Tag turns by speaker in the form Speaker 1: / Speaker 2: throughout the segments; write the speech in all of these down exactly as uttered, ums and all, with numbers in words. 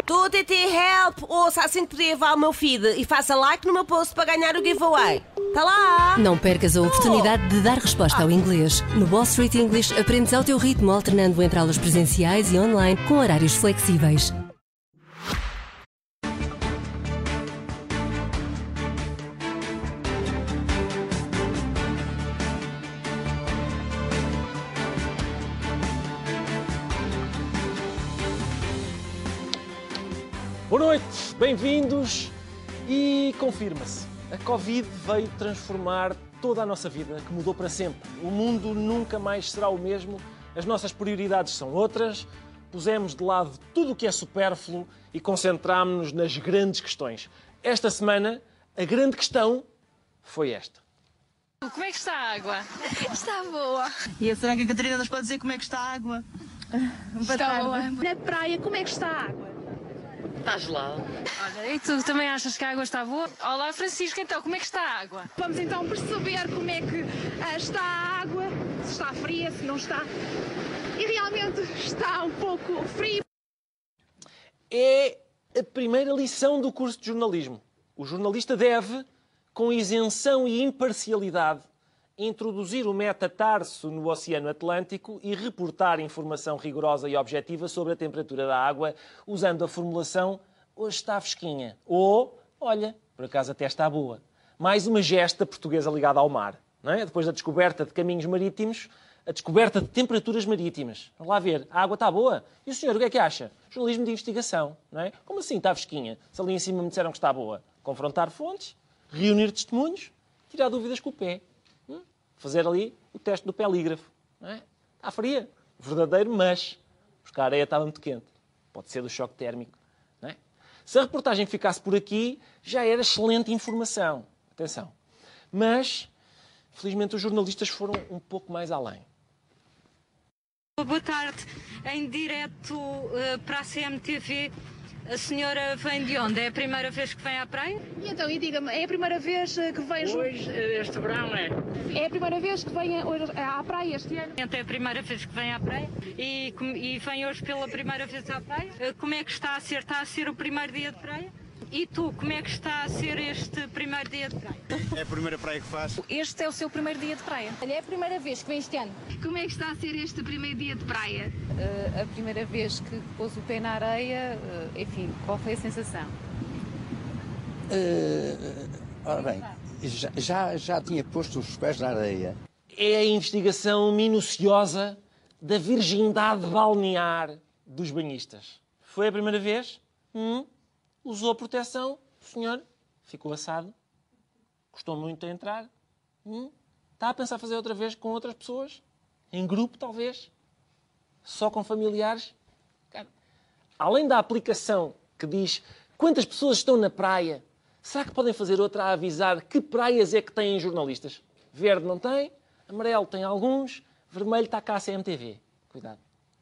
Speaker 1: Tô T T Help! Ouça, assim que podia levar o meu feed e faça like no meu post para ganhar o giveaway. Tá lá!
Speaker 2: Não percas a oportunidade de dar resposta ao inglês. No Wall Street English aprendes ao teu ritmo, alternando entre aulas presenciais e online com horários flexíveis.
Speaker 3: Boa noite, bem-vindos e confirma-se, a Covid veio transformar toda a nossa vida, que mudou para sempre. O mundo nunca mais será o mesmo, as nossas prioridades são outras, pusemos de lado tudo o que é supérfluo e concentrámos-nos nas grandes questões. Esta semana, a grande questão foi esta.
Speaker 4: Como é que está a água?
Speaker 5: Está boa.
Speaker 6: E a será que a Catarina nos pode dizer como é que está a água?
Speaker 5: Está boa. Na praia, como é que está a água?
Speaker 4: Está gelado. Olha, e tu também achas que a água está boa? Olá, Francisco, então, como é que está a água?
Speaker 5: Vamos então perceber como é que uh, está a água, se está fria, se não está. E realmente está um pouco frio.
Speaker 3: É a primeira lição do curso de jornalismo. O jornalista deve, com isenção e imparcialidade, introduzir o metatarso no Oceano Atlântico e reportar informação rigorosa e objetiva sobre a temperatura da água, usando a formulação "hoje está fresquinha" ou "olha, por acaso até está boa". Mais uma gesta portuguesa ligada ao mar. Não é? Depois da descoberta de caminhos marítimos, a descoberta de temperaturas marítimas. Vamos lá ver, a água está boa? E o senhor, o que é que acha? Jornalismo de investigação. Não é? Como assim está fresquinha? Se ali em cima me disseram que está boa. Confrontar fontes, reunir testemunhos, tirar dúvidas com o pé. Fazer ali o teste do pelígrafo. Não é? Está fria. Verdadeiro, mas porque a areia estava muito quente. Pode ser do choque térmico. Não é? Se a reportagem ficasse por aqui, já era excelente informação. Atenção. Mas, felizmente, os jornalistas foram um pouco mais além.
Speaker 7: Boa tarde. Em direto uh, para a C M T V. A senhora vem de onde? É a primeira vez que vem à praia?
Speaker 5: E então, e diga-me, é a primeira vez que vem...
Speaker 8: Hoje, este verão, é?
Speaker 5: É a primeira vez que vem à praia este ano?
Speaker 7: É a primeira vez que vem à praia e, e vem hoje pela primeira vez à praia. Como é que está a ser? Está a ser o primeiro dia de praia? E tu, como é que está a ser este primeiro dia de praia?
Speaker 9: É a primeira praia que faz.
Speaker 4: Este é o seu primeiro dia de praia?
Speaker 5: Olha, é a primeira vez que vem este ano. Como é que está a ser este primeiro dia de praia?
Speaker 10: Uh, a primeira vez que pôs o pé na areia, uh, enfim, qual foi a sensação?
Speaker 9: Uh, ora bem, já, já, já tinha posto os pés na areia.
Speaker 3: É a investigação minuciosa da virgindade balnear dos banhistas. Foi a primeira vez? Hum? Usou proteção? O senhor ficou assado? Custou muito a entrar? Hum? Está a pensar fazer outra vez com outras pessoas? Em grupo, talvez? Só com familiares? Cara, além da aplicação que diz quantas pessoas estão na praia, será que podem fazer outra a avisar que praias é que têm jornalistas? Verde não tem, amarelo tem alguns, vermelho está cá a C M T V. Cuidado.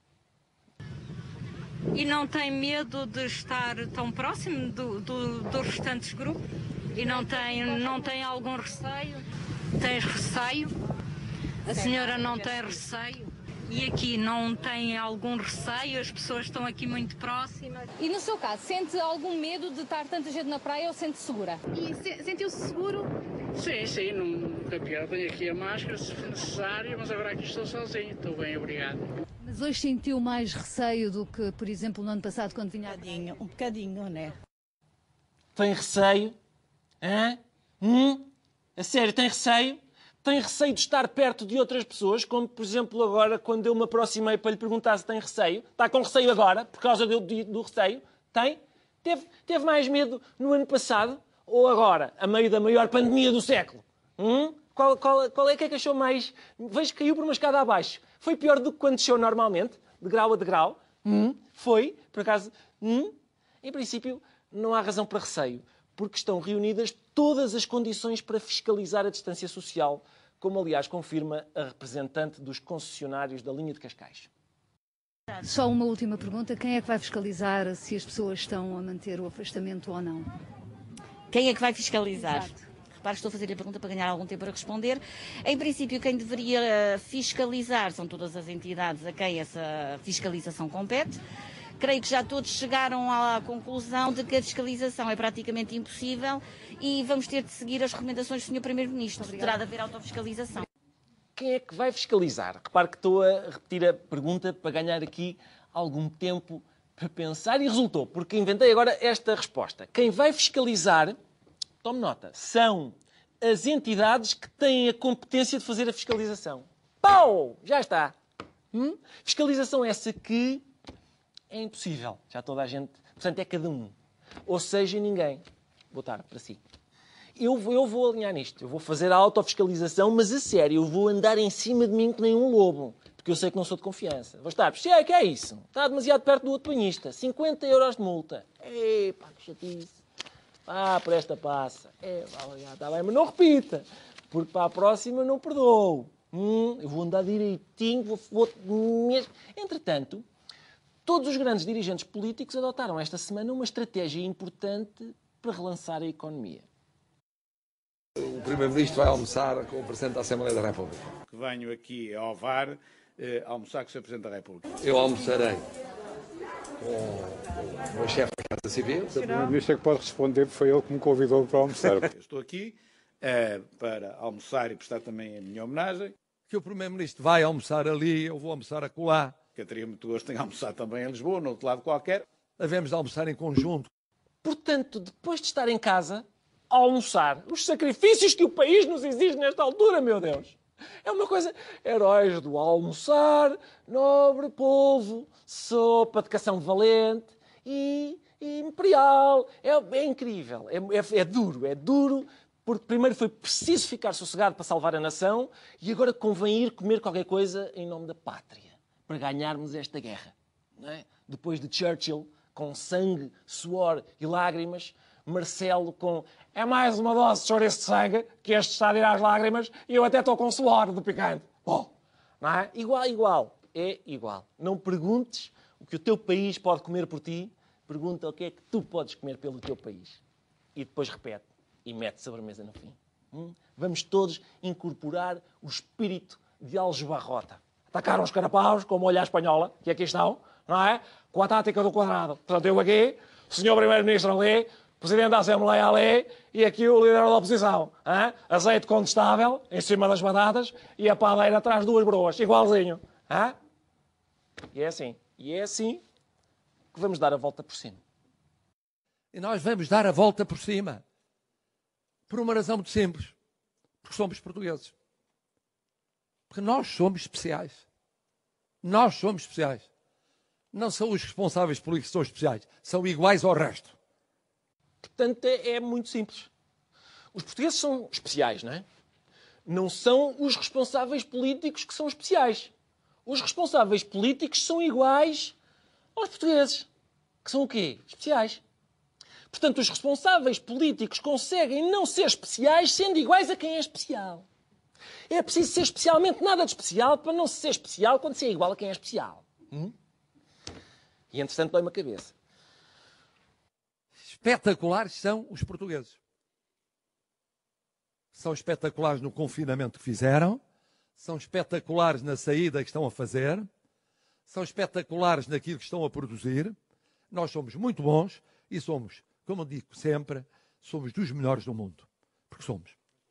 Speaker 7: E não tem medo de estar tão próximo do, do, dos restantes grupos? E não tem, não tem algum receio? Tens receio? A senhora não tem receio? E aqui não tem algum receio? As pessoas estão aqui muito próximas?
Speaker 10: E no seu caso, sente algum medo de estar tanta gente na praia ou sente segura?
Speaker 5: E se, sentiu-se seguro?
Speaker 8: Sim, sim, nunca pior. Tenho aqui a máscara, se for necessário, mas agora aqui estou sozinho. Estou bem, obrigado.
Speaker 10: Mas hoje sentiu mais receio do que, por exemplo, no ano passado, quando vinha à praia?
Speaker 6: Um bocadinho, um bocadinho, né?
Speaker 3: Tem receio? Hã? Hum? A sério, tem receio? Tem receio de estar perto de outras pessoas, como, por exemplo, agora, quando eu me aproximei para lhe perguntar se tem receio. Está com receio agora, por causa do, do receio? Tem? Teve, teve mais medo no ano passado ou agora, a meio da maior pandemia do século? Hum? Qual, qual, qual é que é que achou mais? Vejo que caiu por uma escada abaixo. Foi pior do que quando desceu normalmente, de grau a degrau? Hum? Foi, por acaso? Hum? Em princípio, não há razão para receio, porque estão reunidas todas as condições para fiscalizar a distância social, como aliás confirma a representante dos concessionários da linha de Cascais.
Speaker 10: Só uma última pergunta. Quem é que vai fiscalizar se as pessoas estão a manter o afastamento ou não?
Speaker 11: Quem é que vai fiscalizar?
Speaker 10: Exato.
Speaker 11: Repare, estou a fazer a pergunta para ganhar algum tempo para responder. Em princípio, quem deveria fiscalizar são todas as entidades a quem essa fiscalização compete. creio que já todos chegaram à conclusão de que a fiscalização é praticamente impossível e vamos ter de seguir as recomendações do senhor Primeiro-Ministro. Terá de haver autofiscalização.
Speaker 3: Quem é que vai fiscalizar? Repare que estou a repetir a pergunta para ganhar aqui algum tempo para pensar e resultou, porque inventei agora esta resposta. Quem vai fiscalizar, tome nota, são as entidades que têm a competência de fazer a fiscalização. Pau! Já está. Hum? Fiscalização essa que é impossível. Já toda a gente... Portanto, é cada um. Ou seja, ninguém. Boa tarde para si. Eu, eu vou alinhar nisto. Eu vou fazer a autofiscalização, mas a sério, eu vou andar em cima de mim que nem um lobo. Porque eu sei que não sou de confiança. Vou estar, se é que é isso? Está demasiado perto do outro banhista. cinquenta euros de multa. Epá, que chatice. Ah, por esta passa. É, está bem, mas não repita. Porque para a próxima não perdoo. Hum, eu vou andar direitinho. Vou, vou... Entretanto, todos os grandes dirigentes políticos adotaram esta semana uma estratégia importante para relançar a economia.
Speaker 12: O Primeiro-Ministro vai almoçar com o Presidente da Assembleia da República.
Speaker 8: Que venho aqui ao V A R eh, almoçar com o senhor Presidente da República.
Speaker 12: Eu almoçarei com o meu chefe da Casa Civil.
Speaker 13: O Primeiro-Ministro é que pode responder, porque foi ele que me convidou para almoçar.
Speaker 8: Eu estou aqui eh, para almoçar e prestar também a minha homenagem.
Speaker 12: Que o Primeiro-Ministro vai almoçar ali, eu vou almoçar acolá.
Speaker 8: Que eu teria muito gosto em almoçar também em Lisboa, no outro lado qualquer.
Speaker 12: Havemos de almoçar em conjunto.
Speaker 3: Portanto, depois de estar em casa, a almoçar, os sacrifícios que o país nos exige nesta altura, meu Deus. É uma coisa... Heróis do almoçar, nobre povo, sopa de cação valente e, e imperial. É, é incrível, é, é, é duro, é duro, porque primeiro foi preciso ficar sossegado para salvar a nação e agora convém ir comer qualquer coisa em nome da pátria, para ganharmos esta guerra. Não é? Depois de Churchill, com sangue, suor e lágrimas, Marcelo com é mais uma dose de chouriço de sangue que este está a ir às lágrimas e eu até estou com suor do picante. Bom, não é? Igual, igual. É igual. Não perguntes o que o teu país pode comer por ti, pergunta o que é que tu podes comer pelo teu país. E depois repete e mete sobremesa no fim. Hum? Vamos todos incorporar o espírito de Aljubarrota. Atacaram os carapaus com uma olhar espanhola, que aqui estão, não é? Com a tática do quadrado. Portanto, eu aqui, o senhor Primeiro-Ministro ali, o Presidente da Assembleia ali e aqui o líder da oposição. Hein? Azeite condestável em cima das batatas e a padeira atrás de duas broas, igualzinho. Hein? E é assim. E é assim que vamos dar a volta por cima.
Speaker 12: E nós vamos dar a volta por cima. Por uma razão muito simples. Porque somos portugueses. Porque nós somos especiais. Nós somos especiais. Não são os responsáveis políticos que são especiais. São iguais ao resto.
Speaker 3: Portanto, é, é muito simples. Os portugueses são especiais, não é? Não são os responsáveis políticos que são especiais. Os responsáveis políticos são iguais aos portugueses. Que são o quê? Especiais. Portanto, os responsáveis políticos conseguem não ser especiais sendo iguais a quem é especial. É preciso ser especialmente nada de especial para não ser especial quando se é igual a quem é especial. Hum? E, entretanto, dói-me a cabeça.
Speaker 12: Espetaculares são os portugueses. São espetaculares no confinamento que fizeram, são espetaculares na saída que estão a fazer, são espetaculares naquilo que estão a produzir. Nós somos muito bons e somos, como eu digo sempre, somos dos melhores do mundo. Porque somos.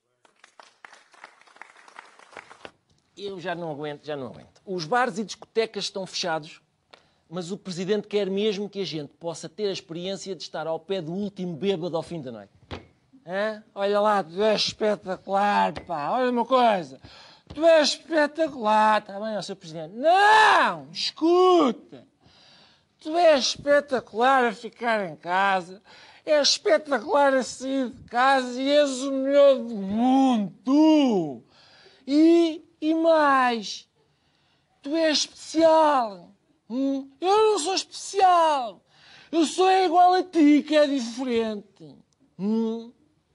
Speaker 3: Eu já não aguento, já não aguento. Os bares e discotecas estão fechados, mas o Presidente quer mesmo que a gente possa ter a experiência de estar ao pé do último bêbado ao fim da noite. Hã? Olha lá, tu és espetacular, pá. Olha uma coisa. Tu és espetacular. Está bem, ó, senhor Presidente. Não! Escuta! Tu és espetacular a ficar em casa. És espetacular a sair de casa e és o melhor do mundo. Tu! E, e mais. Tu és especial. Hum? Eu não sou especial. Eu sou igual a ti, que é diferente. Hum?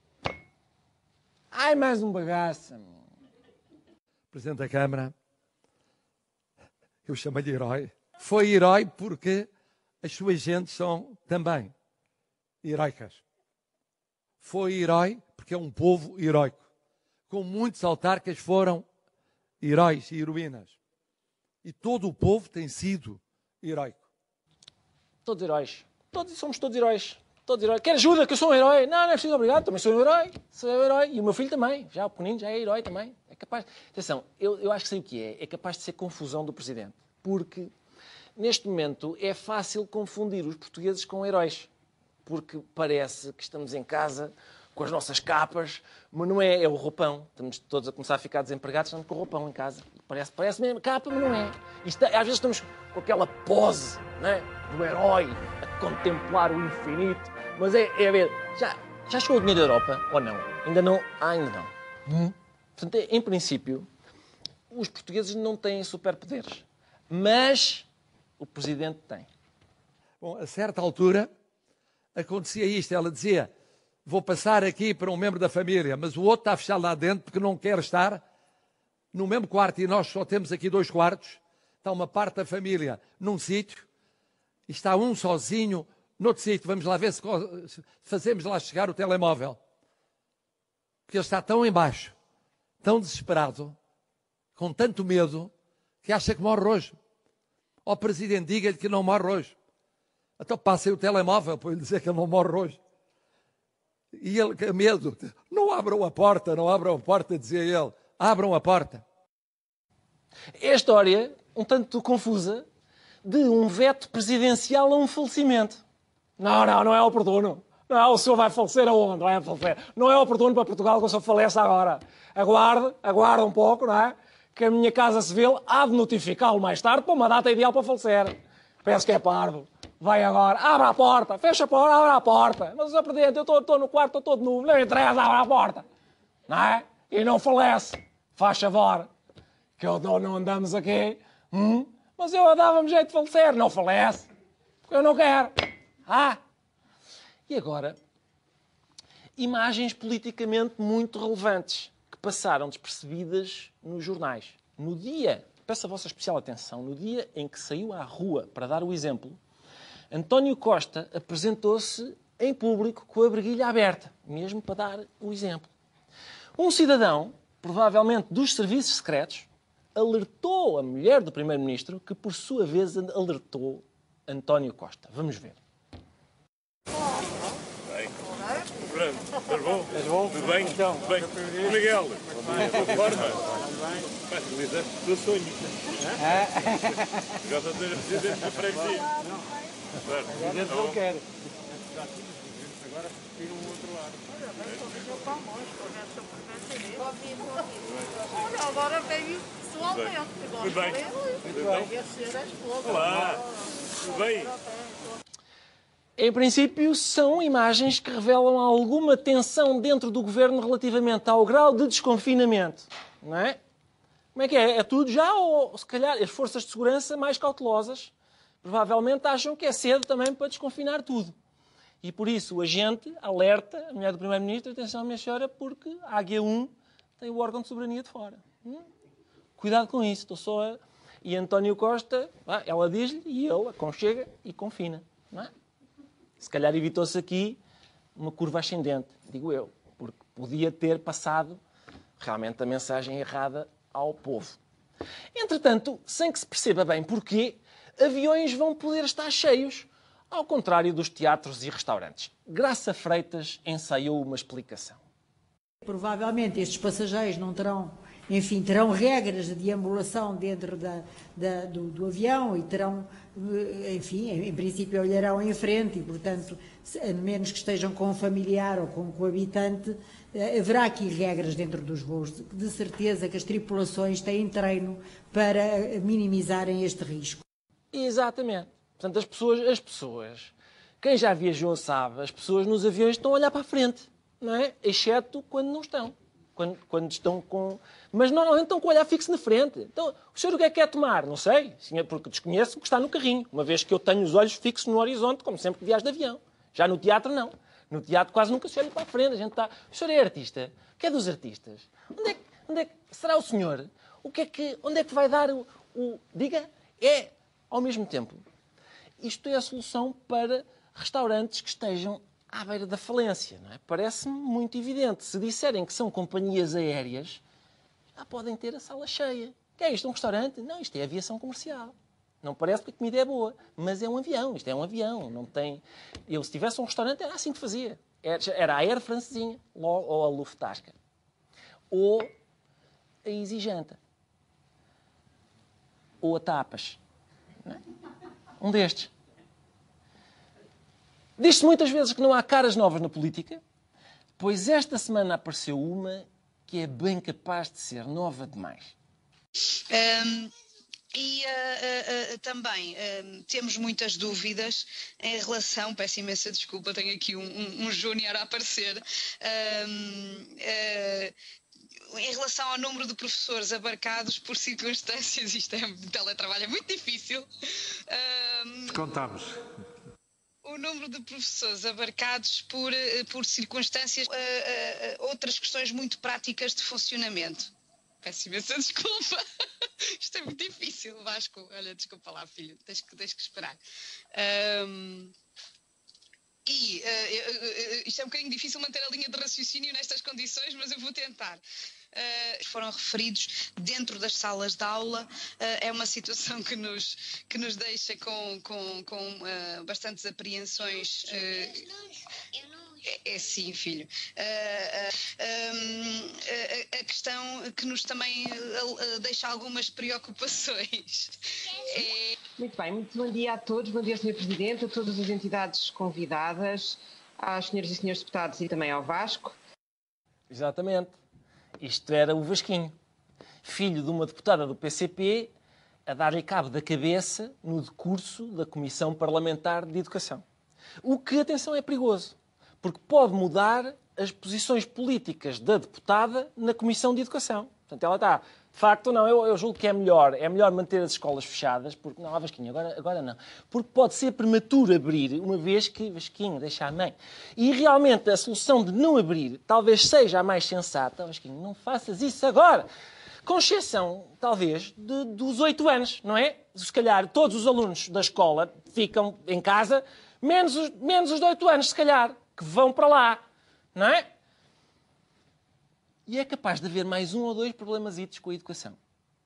Speaker 3: Ai, mais um bagaço.
Speaker 12: Presidente da Câmara, eu chamo-lhe herói. Foi herói porque as suas gentes são também heroicas. Foi herói porque é um povo heroico. Com muitos autarcas foram heróis e heroínas. E todo o povo tem sido heroico.
Speaker 3: Todos heróis. Todos, somos todos heróis. Todos heróis. Quer ajuda, que eu sou um herói? Não, não é preciso, obrigado. Também sou um herói. Sou um herói. E o meu filho também. Já o pequenino já é herói também. É capaz... Atenção, eu, eu acho que sei o que é. É capaz de ser confusão do Presidente. Porque, neste momento, é fácil confundir os portugueses com heróis. Porque parece que estamos em casa com as nossas capas, mas não é, é o roupão. Estamos todos a começar a ficar desempregados, estamos com o roupão em casa. Parece, parece mesmo capa, mas não é. Isto, às vezes estamos com aquela pose, não é, do herói a contemplar o infinito. Mas é, é a ver, já, já chegou o dinheiro da Europa ou não? Ainda não? Ah, ainda não. Hum? Portanto, em princípio, os portugueses não têm superpoderes. Mas o Presidente tem.
Speaker 12: Bom, a certa altura acontecia isto. Ela dizia, vou passar aqui para um membro da família, mas o outro está fechado lá dentro porque não quer estar no mesmo quarto e nós só temos aqui dois quartos. Está uma parte da família num sítio e está um sozinho noutro sítio. Vamos lá ver se fazemos lá chegar o telemóvel. Porque ele está tão em baixo, tão desesperado, com tanto medo, que acha que morre hoje. Ó Presidente, diga-lhe que não morre hoje. Então passem o telemóvel para ele dizer que ele não morre hoje. E ele, com medo, não abram a porta, não abram a porta, dizia ele. Abram a porta.
Speaker 3: É a história, um tanto confusa, de um veto presidencial a um falecimento. Não, não, não é oportuno. Não, o senhor vai falecer aonde? Vai falecer. Não é oportuno para Portugal que o senhor faleça agora. Aguarde, aguarde um pouco, não é? Que a minha Casa Civil há de notificá-lo mais tarde para uma data ideal para falecer. Penso que é parvo. Vai agora, abra a porta, fecha a porta, abra a porta. Mas, senhor Presidente, eu estou no quarto, estou todo nu, não interessa, abra a porta. Não é? E não falece. Faz favor. Que eu não andamos aqui. Hum? Mas eu dava-me jeito de falecer. Não falece. Porque eu não quero. Ah! E agora, imagens politicamente muito relevantes que passaram despercebidas nos jornais. No dia, peço a vossa especial atenção, no dia em que saiu à rua para dar o exemplo, António Costa apresentou-se em público com a briguilha aberta, mesmo para dar o exemplo. Um cidadão, provavelmente dos serviços secretos, alertou a mulher do primeiro-ministro, que por sua vez alertou António Costa. Vamos ver.
Speaker 14: Estás bom? Estás bom? Tudo bem? Então, tudo bem. O Miguel. Boa forma. Vai realizar o teu sonho. Gosta de ter a presidente da freguesia. Não. Presidente não quer. Agora tira um outro lado.
Speaker 5: Olha, agora veio pessoalmente.
Speaker 14: Tudo bem. Tudo bem. Olá. Tudo bem?
Speaker 3: Em princípio, são imagens que revelam alguma tensão dentro do governo relativamente ao grau de desconfinamento. Não é? Como é que é? É tudo já ou, se calhar, as forças de segurança mais cautelosas provavelmente acham que é cedo também para desconfinar tudo. E por isso o agente alerta a mulher do primeiro-ministro, atenção, minha senhora, porque a Águia um tem o órgão de soberania de fora. Hum? Cuidado com isso, estou só a... E António Costa, ela diz-lhe e ele aconchega e confina. Não é? Se calhar evitou-se aqui uma curva ascendente, digo eu, porque podia ter passado realmente a mensagem errada ao povo. Entretanto, sem que se perceba bem porquê, aviões vão poder estar cheios, ao contrário dos teatros e restaurantes. Graça Freitas ensaiou uma explicação.
Speaker 15: Provavelmente estes passageiros não terão, enfim, terão regras de deambulação dentro da, da, do, do avião e terão, enfim, em princípio olharão em frente e, portanto, a menos que estejam com um familiar ou com um coabitante, haverá aqui regras dentro dos voos. De certeza que as tripulações têm treino para minimizarem este risco.
Speaker 3: Exatamente. Portanto, as pessoas, as pessoas, quem já viajou sabe, as pessoas nos aviões estão a olhar para a frente, não é? Exceto quando não estão. Quando, quando estão com... Mas normalmente estão com o olhar fixo na frente. Então, o senhor o que é que quer tomar? Não sei, porque desconheço o que está no carrinho, uma vez que eu tenho os olhos fixos no horizonte, como sempre que viajo de avião. Já no teatro, não. No teatro quase nunca se olha para a frente. A gente está... O senhor é artista? O que é dos artistas? Onde é que... Onde é que... Será o senhor? O que é que... Onde é que vai dar o... o... Diga, é, ao mesmo tempo... Isto é a solução para restaurantes que estejam à beira da falência, não é? Parece-me muito evidente. Se disserem que são companhias aéreas, já podem ter a sala cheia. O que é isto? Um restaurante? Não, isto é aviação comercial. Não parece porque a comida é boa, mas é um avião. Isto é um avião. Não tem... Eu, se tivesse um restaurante, era assim que fazia. Era a Air Francesinha, ou a Lufthansa, ou a Easy Janta, ou a Tapas. Não é? Um destes. Diz-se muitas vezes que não há caras novas na política, pois esta semana apareceu uma que é bem capaz de ser nova demais.
Speaker 16: Um, e uh, uh, uh, também uh, temos muitas dúvidas em relação, peço imensa desculpa, tenho aqui um, um, um júnior a aparecer, um, uh, em relação ao número de professores abarcados por circunstâncias, isto é, o teletrabalho é muito difícil. Um,
Speaker 14: Contamos.
Speaker 16: O número de professores abarcados por, por circunstâncias, uh, uh, outras questões muito práticas de funcionamento. Peço imensa desculpa. Isto é muito difícil, Vasco. Olha, desculpa lá, filho. Tens que, tens que esperar. Um, e uh, uh, isto é um bocadinho difícil manter a linha de raciocínio nestas condições, mas eu vou tentar. Uh, foram referidos dentro das salas de aula. Uh, é uma situação que nos, que nos deixa com, com, com uh, bastantes apreensões. Uh, é, é sim, filho. Uh, uh, um, a, a questão que nos também uh, deixa algumas preocupações. É...
Speaker 17: Muito bem, muito bom dia a todos. Bom dia, senhor Presidente, a todas as entidades convidadas, às senhoras e senhores deputados e também ao Vasco.
Speaker 3: Exatamente. Isto era o Vasquinho, filho de uma deputada do P C P, a dar-lhe cabo da cabeça no decurso da Comissão Parlamentar de Educação. O que, atenção, é perigoso, porque pode mudar as posições políticas da deputada na Comissão de Educação. Portanto, ela está... De facto, não, eu, eu julgo que é melhor, é melhor manter as escolas fechadas, porque... Não, Vasquinho, agora, agora não. Porque pode ser prematuro abrir, uma vez que... Vasquinho, deixa a mãe. E realmente a solução de não abrir talvez seja a mais sensata. Vasquinho, não faças isso agora. Com exceção, talvez, de, dos oito anos, não é? Se calhar todos os alunos da escola ficam em casa, menos os, menos os de oito anos, se calhar, que vão para lá, não é? E é capaz de haver mais um ou dois problemasitos com a educação.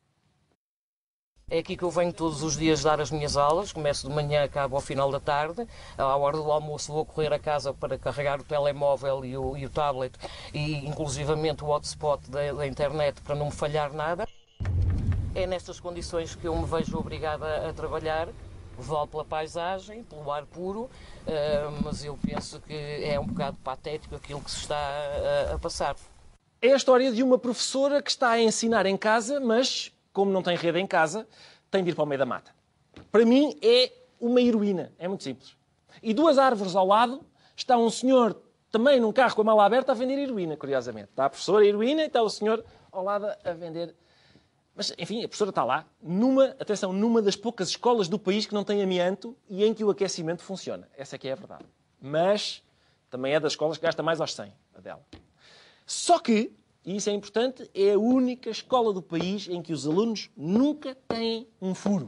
Speaker 18: É aqui que eu venho todos os dias dar as minhas aulas, começo de manhã, acabo ao final da tarde. À hora do almoço vou correr a casa para carregar o telemóvel e o, e o tablet e inclusivamente o hotspot da, da internet para não me falhar nada. É nestas condições que eu me vejo obrigada a trabalhar. Vale pela paisagem, pelo ar puro, uh, mas eu penso que é um bocado patético aquilo que se está a, a passar.
Speaker 3: É a história de uma professora que está a ensinar em casa, mas, como não tem rede em casa, tem de ir para o meio da mata. Para mim, é uma heroína. É muito simples. E duas árvores ao lado, está um senhor também num carro com a mala aberta a vender heroína, curiosamente. Está a professora a heroína e está o senhor ao lado a vender... Mas, enfim, a professora está lá, numa, atenção, numa das poucas escolas do país que não tem amianto e em que o aquecimento funciona. Essa é que é a verdade. Mas também é das escolas que gasta mais aos cem, a dela. Só que, e isso é importante, é a única escola do país em que os alunos nunca têm um furo.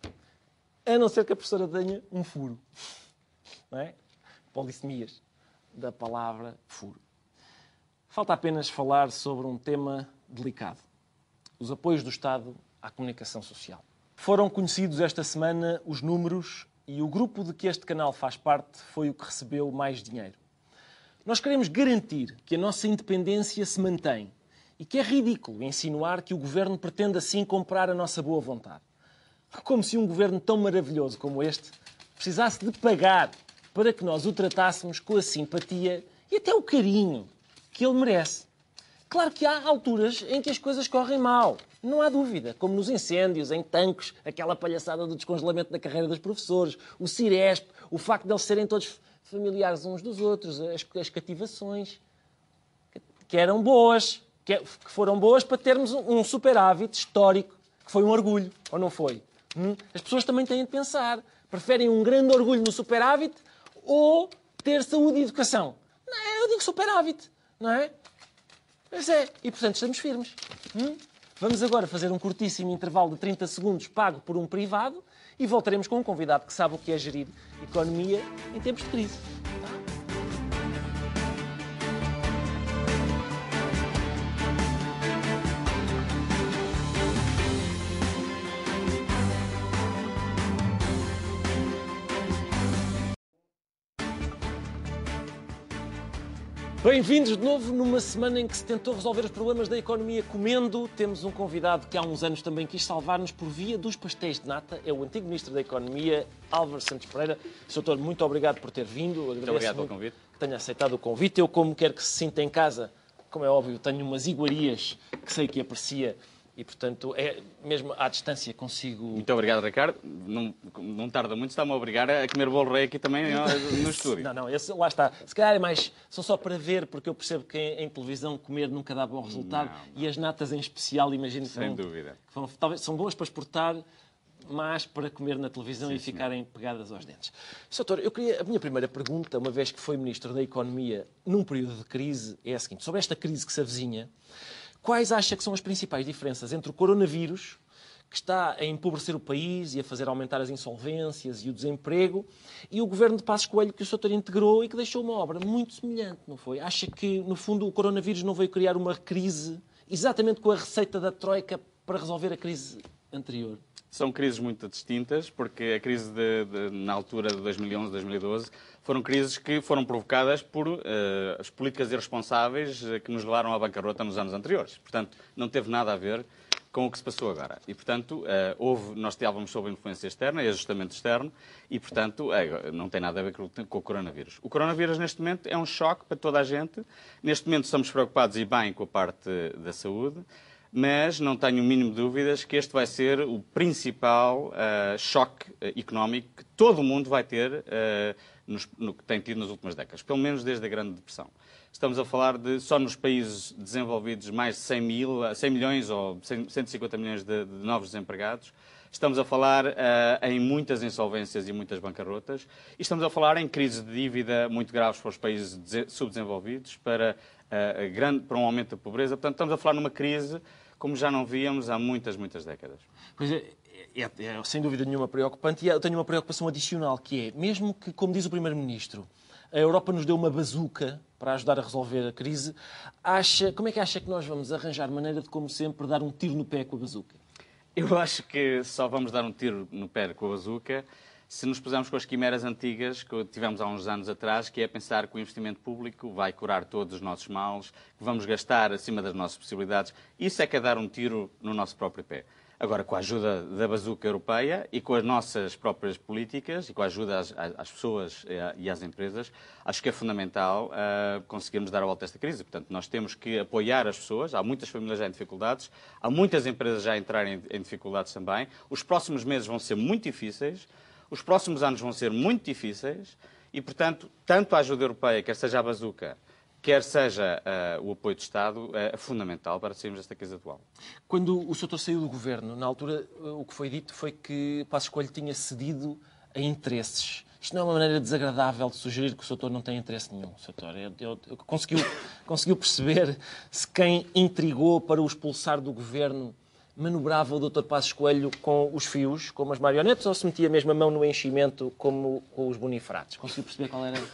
Speaker 3: A não ser que a professora tenha um furo. Não é? Polissemias da palavra furo. Falta apenas falar sobre um tema delicado. Os apoios do Estado à comunicação social. Foram conhecidos esta semana os números e o grupo de que este canal faz parte foi o que recebeu mais dinheiro. Nós queremos garantir que a nossa independência se mantém e que é ridículo insinuar que o Governo pretende assim comprar a nossa boa vontade. Como se um Governo tão maravilhoso como este precisasse de pagar para que nós o tratássemos com a simpatia e até o carinho que ele merece. Claro que há alturas em que as coisas correm mal, não há dúvida, como nos incêndios, em tanques, aquela palhaçada do descongelamento da carreira dos professores, o Ciresp, o facto de eles serem todos familiares uns dos outros, as, as cativações, que eram boas, que foram boas para termos um superávit histórico, que foi um orgulho, ou não foi? Hum? As pessoas também têm de pensar, preferem um grande orgulho no superávit ou ter saúde e educação? Não, eu digo superávit, não é? Pois é, e portanto estamos firmes. Hum? Vamos agora fazer um curtíssimo intervalo de trinta segundos pago por um privado e voltaremos com um convidado que sabe o que é gerir economia em tempos de crise. Tá? Bem-vindos de novo numa semana em que se tentou resolver os problemas da economia comendo. Temos um convidado que há uns anos também quis salvar-nos por via dos pastéis de nata. É o antigo Ministro da Economia, Álvaro Santos Pereira. doutor, muito obrigado por ter vindo. Agradeço
Speaker 19: muito obrigado pelo convite.
Speaker 3: Que tenha aceitado o convite. Eu, como quer que se sinta em casa, como é óbvio, tenho umas iguarias que sei que aprecia e, portanto, é, mesmo à distância consigo...
Speaker 19: Muito obrigado, Ricardo. Não, não tarda muito, está-me a obrigar a comer bolo rei aqui também no estúdio.
Speaker 3: Não, não, esse, lá está. Se calhar é mais só só para ver, porque eu percebo que em, em televisão comer nunca dá bom resultado. Não, não. E as natas em especial, imagino que,
Speaker 19: Sem
Speaker 3: vão,
Speaker 19: dúvida.
Speaker 3: que vão, talvez, são boas para exportar, mas para comer na televisão
Speaker 19: Sim,
Speaker 3: e ficarem
Speaker 19: senhor.
Speaker 3: pegadas aos dentes. doutor, eu queria, a minha primeira pergunta, uma vez que foi Ministro da Economia num período de crise, é a seguinte. Sobre esta crise que se avizinha, quais acha que são as principais diferenças entre o coronavírus, que está a empobrecer o país e a fazer aumentar as insolvências e o desemprego, e o governo de Passos Coelho que o doutor integrou e que deixou uma obra muito semelhante, não foi? Acha que, no fundo, o coronavírus não veio criar uma crise exatamente com a receita da Troika para resolver a crise anterior?
Speaker 19: São crises muito distintas, porque a crise de, de, na altura de dois mil e onze, dois mil e doze, foram crises que foram provocadas por uh, as políticas irresponsáveis uh, que nos levaram à bancarrota nos anos anteriores. Portanto, não teve nada a ver com o que se passou agora. E, portanto, uh, houve, nós estávamos sob influência externa e ajustamento externo e, portanto, uh, não tem nada a ver com, com o coronavírus. O coronavírus, neste momento, é um choque para toda a gente. Neste momento, estamos preocupados e bem com a parte da saúde, mas não tenho o mínimo de dúvidas que este vai ser o principal uh, choque uh, económico que todo o mundo vai ter uh, nos, no que tem tido nas últimas décadas, pelo menos desde a Grande Depressão. Estamos a falar de, só nos países desenvolvidos, mais de cem, mil, cem milhões ou cento e cinquenta milhões de, de novos desempregados. Estamos a falar uh, em muitas insolvências e muitas bancarrotas. E estamos a falar em crises de dívida muito graves para os países subdesenvolvidos, para, uh, grande, para um aumento da pobreza. Portanto, estamos a falar numa crise como já não víamos há muitas, muitas décadas.
Speaker 3: Pois é, é, é sem dúvida nenhuma preocupante. E eu tenho uma preocupação adicional, que é, mesmo que, como diz o Primeiro-Ministro, a Europa nos deu uma bazuca para ajudar a resolver a crise, acha, como é que acha que nós vamos arranjar maneira de, como sempre, dar um tiro no pé com a bazuca?
Speaker 19: Eu acho que só vamos dar um tiro no pé com a bazuca se nos pusermos com as quimeras antigas que tivemos há uns anos atrás, que é pensar que o investimento público vai curar todos os nossos males, que vamos gastar acima das nossas possibilidades. Isso é que é dar um tiro no nosso próprio pé. Agora, com a ajuda da bazuca europeia e com as nossas próprias políticas e com a ajuda às, às pessoas e às empresas, acho que é fundamental uh, conseguirmos dar a volta a esta crise. Portanto, nós temos que apoiar as pessoas. Há muitas famílias já em dificuldades, há muitas empresas já a entrarem em, em dificuldades também. Os próximos meses vão ser muito difíceis. Os próximos anos vão ser muito difíceis e, portanto, tanto a ajuda europeia, quer seja a bazuca, quer seja uh, o apoio do Estado, é fundamental para sairmos desta crise atual.
Speaker 3: Quando o doutor saiu do governo, na altura, o que foi dito foi que Passos Coelho tinha cedido a interesses. Isto não é uma maneira desagradável de sugerir que o doutor não tem interesse nenhum, doutor. Eu, eu, eu, conseguiu, conseguiu perceber se quem intrigou para o expulsar do governo manobrava o doutor Passos Coelho com os fios, como as marionetes, ou se metia mesmo a mão no enchimento, como com os bonifratos? Conseguiu perceber qual era?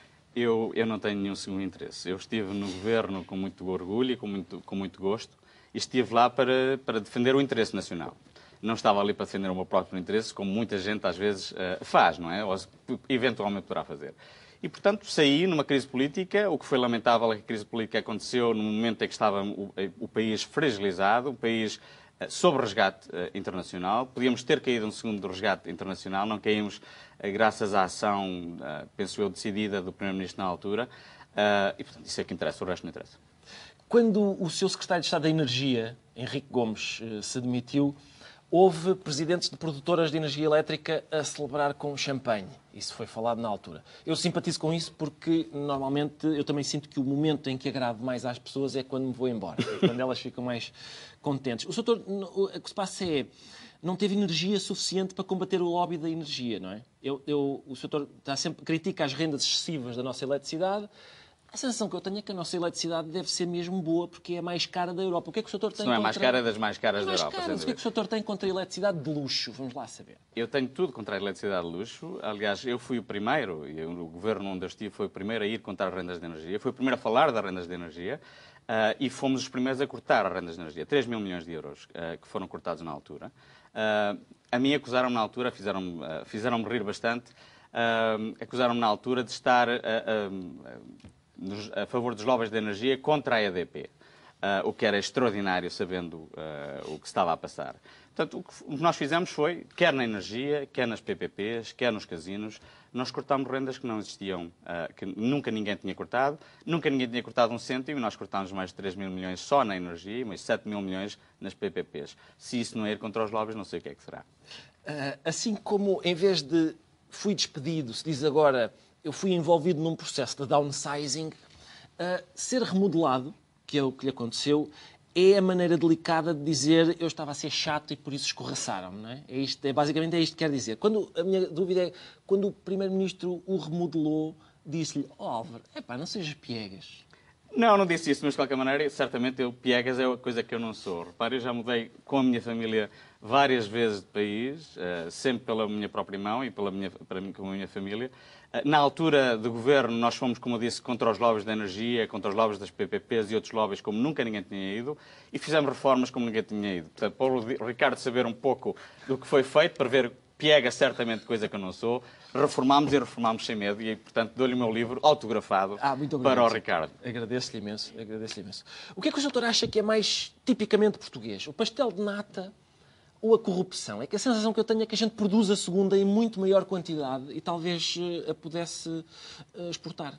Speaker 19: Eu, eu não tenho nenhum segundo interesse. Eu estive no governo com muito orgulho e com muito, com muito gosto e estive lá para, para defender o interesse nacional. Não estava ali para defender o meu próprio interesse, como muita gente às vezes uh, faz, não é? Ou eventualmente poderá fazer. E, portanto, saí numa crise política. O que foi lamentável é que a crise política aconteceu no momento em que estava o, o país fragilizado, o país sob resgate uh, internacional. Podíamos ter caído um segundo resgate internacional, não caímos uh, graças à ação, uh, penso eu, decidida do Primeiro-Ministro na altura. Uh, e, portanto, isso é que interessa, o resto não interessa.
Speaker 3: Quando o seu secretário de Estado da Energia, Henrique Gomes, uh, se demitiu, houve presidentes de produtoras de energia elétrica a celebrar com champanhe. Isso foi falado na altura. Eu simpatizo com isso porque, normalmente, eu também sinto que o momento em que agrado mais às pessoas é quando me vou embora. É quando elas ficam mais contentes. O doutor, o que se passa é, não teve energia suficiente para combater o lobby da energia, não é? Eu, eu, o doutor está sempre, critica as rendas excessivas da nossa eletricidade. A sensação que eu tenho é que a nossa eletricidade deve ser mesmo boa porque é a mais cara da Europa. O que é que o doutor tem
Speaker 19: Se não é
Speaker 3: contra...
Speaker 19: mais cara, é das mais caras
Speaker 3: é mais
Speaker 19: da Europa.
Speaker 3: Cara, o que é que o doutor tem contra a eletricidade de luxo? Vamos lá saber.
Speaker 19: Eu tenho tudo contra a eletricidade de luxo. Aliás, eu fui o primeiro, e o governo onde eu estive foi o primeiro a ir contra as rendas de energia. Foi o primeiro a falar das rendas de energia uh, e fomos os primeiros a cortar as rendas de energia. três mil milhões de euros uh, que foram cortados na altura. Uh, a mim acusaram-me na altura, fizeram-me uh, fizeram-me rir bastante, uh, acusaram-me na altura de estar... Uh, uh, a favor dos lobbies de energia contra a E D P. Uh, o que era extraordinário, sabendo uh, o que estava a passar. Portanto, o que, o que nós fizemos foi, quer na energia, quer nas P P Ps, quer nos casinos, nós cortámos rendas que não existiam, uh, que nunca ninguém tinha cortado, nunca ninguém tinha cortado um cêntimo, e nós cortámos mais de três mil milhões só na energia e mais sete mil milhões nas P P Ps. Se isso não é ir contra os lobbies, não sei o que é que será.
Speaker 3: Uh, assim como, em vez de fui despedido, se diz agora, eu fui envolvido num processo de downsizing, uh, ser remodelado, que é o que lhe aconteceu, é a maneira delicada de dizer eu estava a ser chato e por isso escorraçaram, não é? É isto, é, basicamente é isto que quer dizer. Quando, a minha dúvida é, quando o Primeiro-Ministro o remodelou, disse-lhe, ó oh, Álvaro, epá, não sejas piegas.
Speaker 19: Não, não disse isso, mas de qualquer maneira, certamente eu, piegas é uma coisa que eu não sou. Repare, eu já mudei com a minha família várias vezes de país, uh, sempre pela minha própria mão e pela minha, para mim, com a minha família. Uh, na altura do governo, nós fomos, como eu disse, contra os lobbies da energia, contra os lobbies das P P Ps e outros lobbies como nunca ninguém tinha ido, e fizemos reformas como ninguém tinha ido. Portanto, para o Ricardo saber um pouco do que foi feito, para ver piega certamente coisa que eu não sou, reformámos e reformámos sem medo e, portanto, dou-lhe o meu livro autografado
Speaker 3: ah, muito
Speaker 19: para o Ricardo.
Speaker 3: Agradeço-lhe imenso, agradeço-lhe imenso. O que é que o doutor acha que é mais tipicamente português? O pastel de nata ou a corrupção? É que a sensação que eu tenho é que a gente produz a segunda em muito maior quantidade e talvez a pudesse exportar.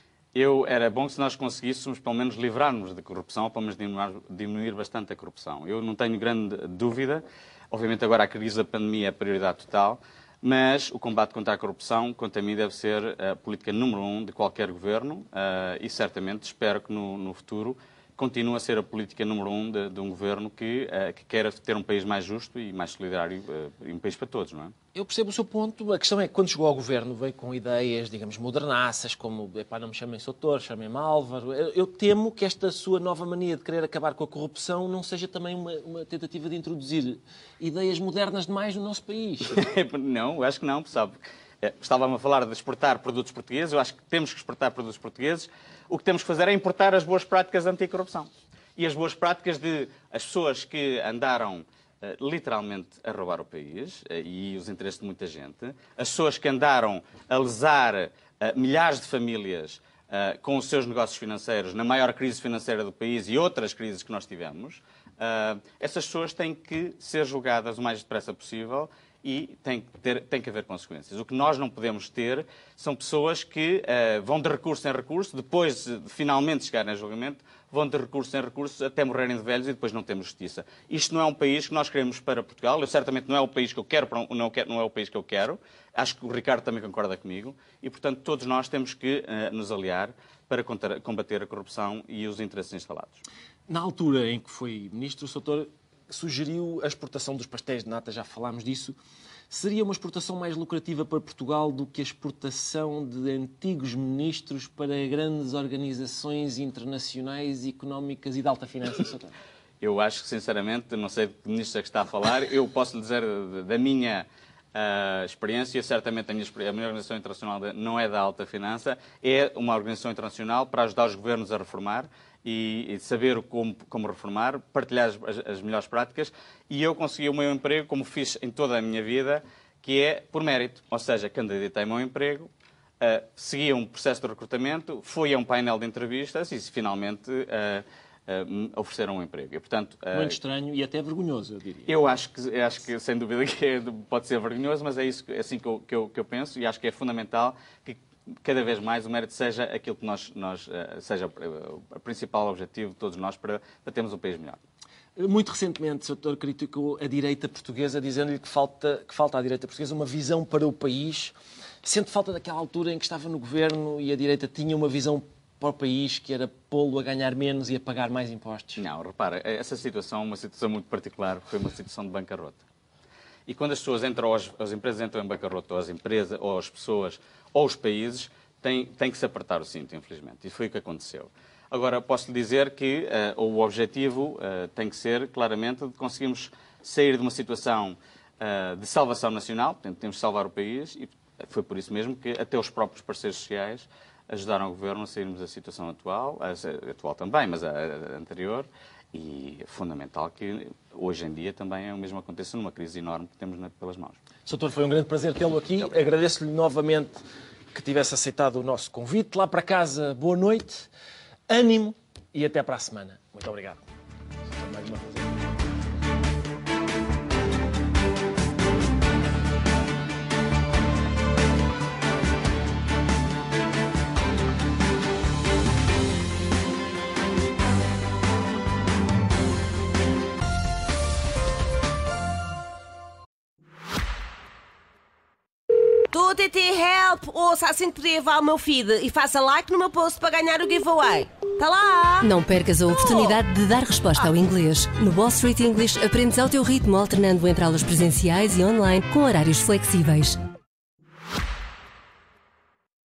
Speaker 19: Eu, era bom se nós conseguíssemos, pelo menos, livrar-nos da corrupção, ou pelo menos diminuir, diminuir bastante a corrupção. Eu não tenho grande dúvida. Obviamente, agora a crise da pandemia é a prioridade total, mas o combate contra a corrupção, quanto a mim, deve ser a política número um de qualquer governo uh, e, certamente, espero que no, no futuro continue a ser a política número um de, de um governo que, uh, que queira ter um país mais justo e mais solidário uh, e um país para todos, não é?
Speaker 3: Eu percebo o seu ponto. A questão é que, quando chegou ao governo, veio com ideias, digamos, modernaças, como, epá, não me chamem Soutor, chamem-me Álvaro. Eu, eu temo que esta sua nova mania de querer acabar com a corrupção não seja também uma, uma tentativa de introduzir ideias modernas demais no nosso país.
Speaker 19: Não, eu acho que não, sabe? Estava-me a falar de exportar produtos portugueses. Eu acho que temos que exportar produtos portugueses. O que temos que fazer é importar as boas práticas anti-corrupção. E as boas práticas de as pessoas que andaram uh, literalmente a roubar o país uh, e os interesses de muita gente, as pessoas que andaram a lesar uh, milhares de famílias uh, com os seus negócios financeiros na maior crise financeira do país e outras crises que nós tivemos, uh, essas pessoas têm que ser julgadas o mais depressa possível e tem que, ter, tem que haver consequências. O que nós não podemos ter são pessoas que uh, vão de recurso em recurso, depois de finalmente chegarem a julgamento, vão de recurso em recurso até morrerem de velhos e depois não temos justiça. Isto não é um país que nós queremos para Portugal. Eu certamente não é o país que eu quero, não, quero, não é o país que eu quero. Acho que o Ricardo também concorda comigo. E, portanto, todos nós temos que uh, nos aliar para combater a corrupção e os interesses instalados.
Speaker 3: Na altura em que foi ministro, o doutor sugeriu a exportação dos pastéis de nata, já falámos disso. Seria uma exportação mais lucrativa para Portugal do que a exportação de antigos ministros para grandes organizações internacionais, económicas e de alta finança, doutor?
Speaker 19: Eu acho que, sinceramente, não sei de que ministro é que está a falar, eu posso lhe dizer da minha uh, experiência, certamente a minha, a minha organização internacional não é da alta finança, é uma organização internacional para ajudar os governos a reformar e, e saber como, como reformar, partilhar as, as melhores práticas, e eu consegui o meu emprego, como fiz em toda a minha vida, que é por mérito. Ou seja, candidatei-me ao emprego, uh, segui um processo de recrutamento, fui a um painel de entrevistas e finalmente uh, uh, ofereceram um emprego. E, portanto, uh,
Speaker 3: muito estranho e até vergonhoso, eu diria.
Speaker 19: Eu acho que, eu acho que sem dúvida, que é, pode ser vergonhoso, mas é isso, é assim que eu, que, eu, que eu penso, e acho que é fundamental que cada vez mais o mérito seja aquilo que nós, nós seja o principal objetivo de todos nós para, para termos um país melhor.
Speaker 3: Muito recentemente, o doutor criticou a direita portuguesa, dizendo-lhe que falta, que falta à direita portuguesa uma visão para o país. Sente falta daquela altura em que estava no governo e a direita tinha uma visão para o país que era pô-lo a ganhar menos e a pagar mais impostos?
Speaker 19: Não, repara, essa situação é uma situação muito particular, foi uma situação de bancarrota. E quando as pessoas entram, as, as empresas entram em bancarrota, ou as empresas, ou as pessoas, ou os países, têm, têm que se apertar o cinto, infelizmente. E foi o que aconteceu. Agora, posso lhe dizer que uh, o objetivo uh, tem que ser, claramente, de conseguirmos sair de uma situação uh, de salvação nacional, portanto, temos de salvar o país, e foi por isso mesmo que até os próprios parceiros sociais ajudaram o Governo a sairmos da situação atual, a, a atual também, mas a, a anterior, e é fundamental que hoje em dia também o mesmo aconteça numa crise enorme que temos pelas mãos.
Speaker 3: doutor, foi um grande prazer tê-lo aqui. Agradeço-lhe novamente que tivesse aceitado o nosso convite. Lá para casa, boa noite, ânimo e até para a semana. Muito obrigado. Mais uma vez.
Speaker 1: Tô T T Help! Ouça, assim que poder vá ao meu feed e faça like no meu post para ganhar o giveaway. Tá lá!
Speaker 2: Não percas a oportunidade de dar resposta ao inglês. No Wall Street English aprendes ao teu ritmo, alternando entre aulas presenciais e online com horários flexíveis.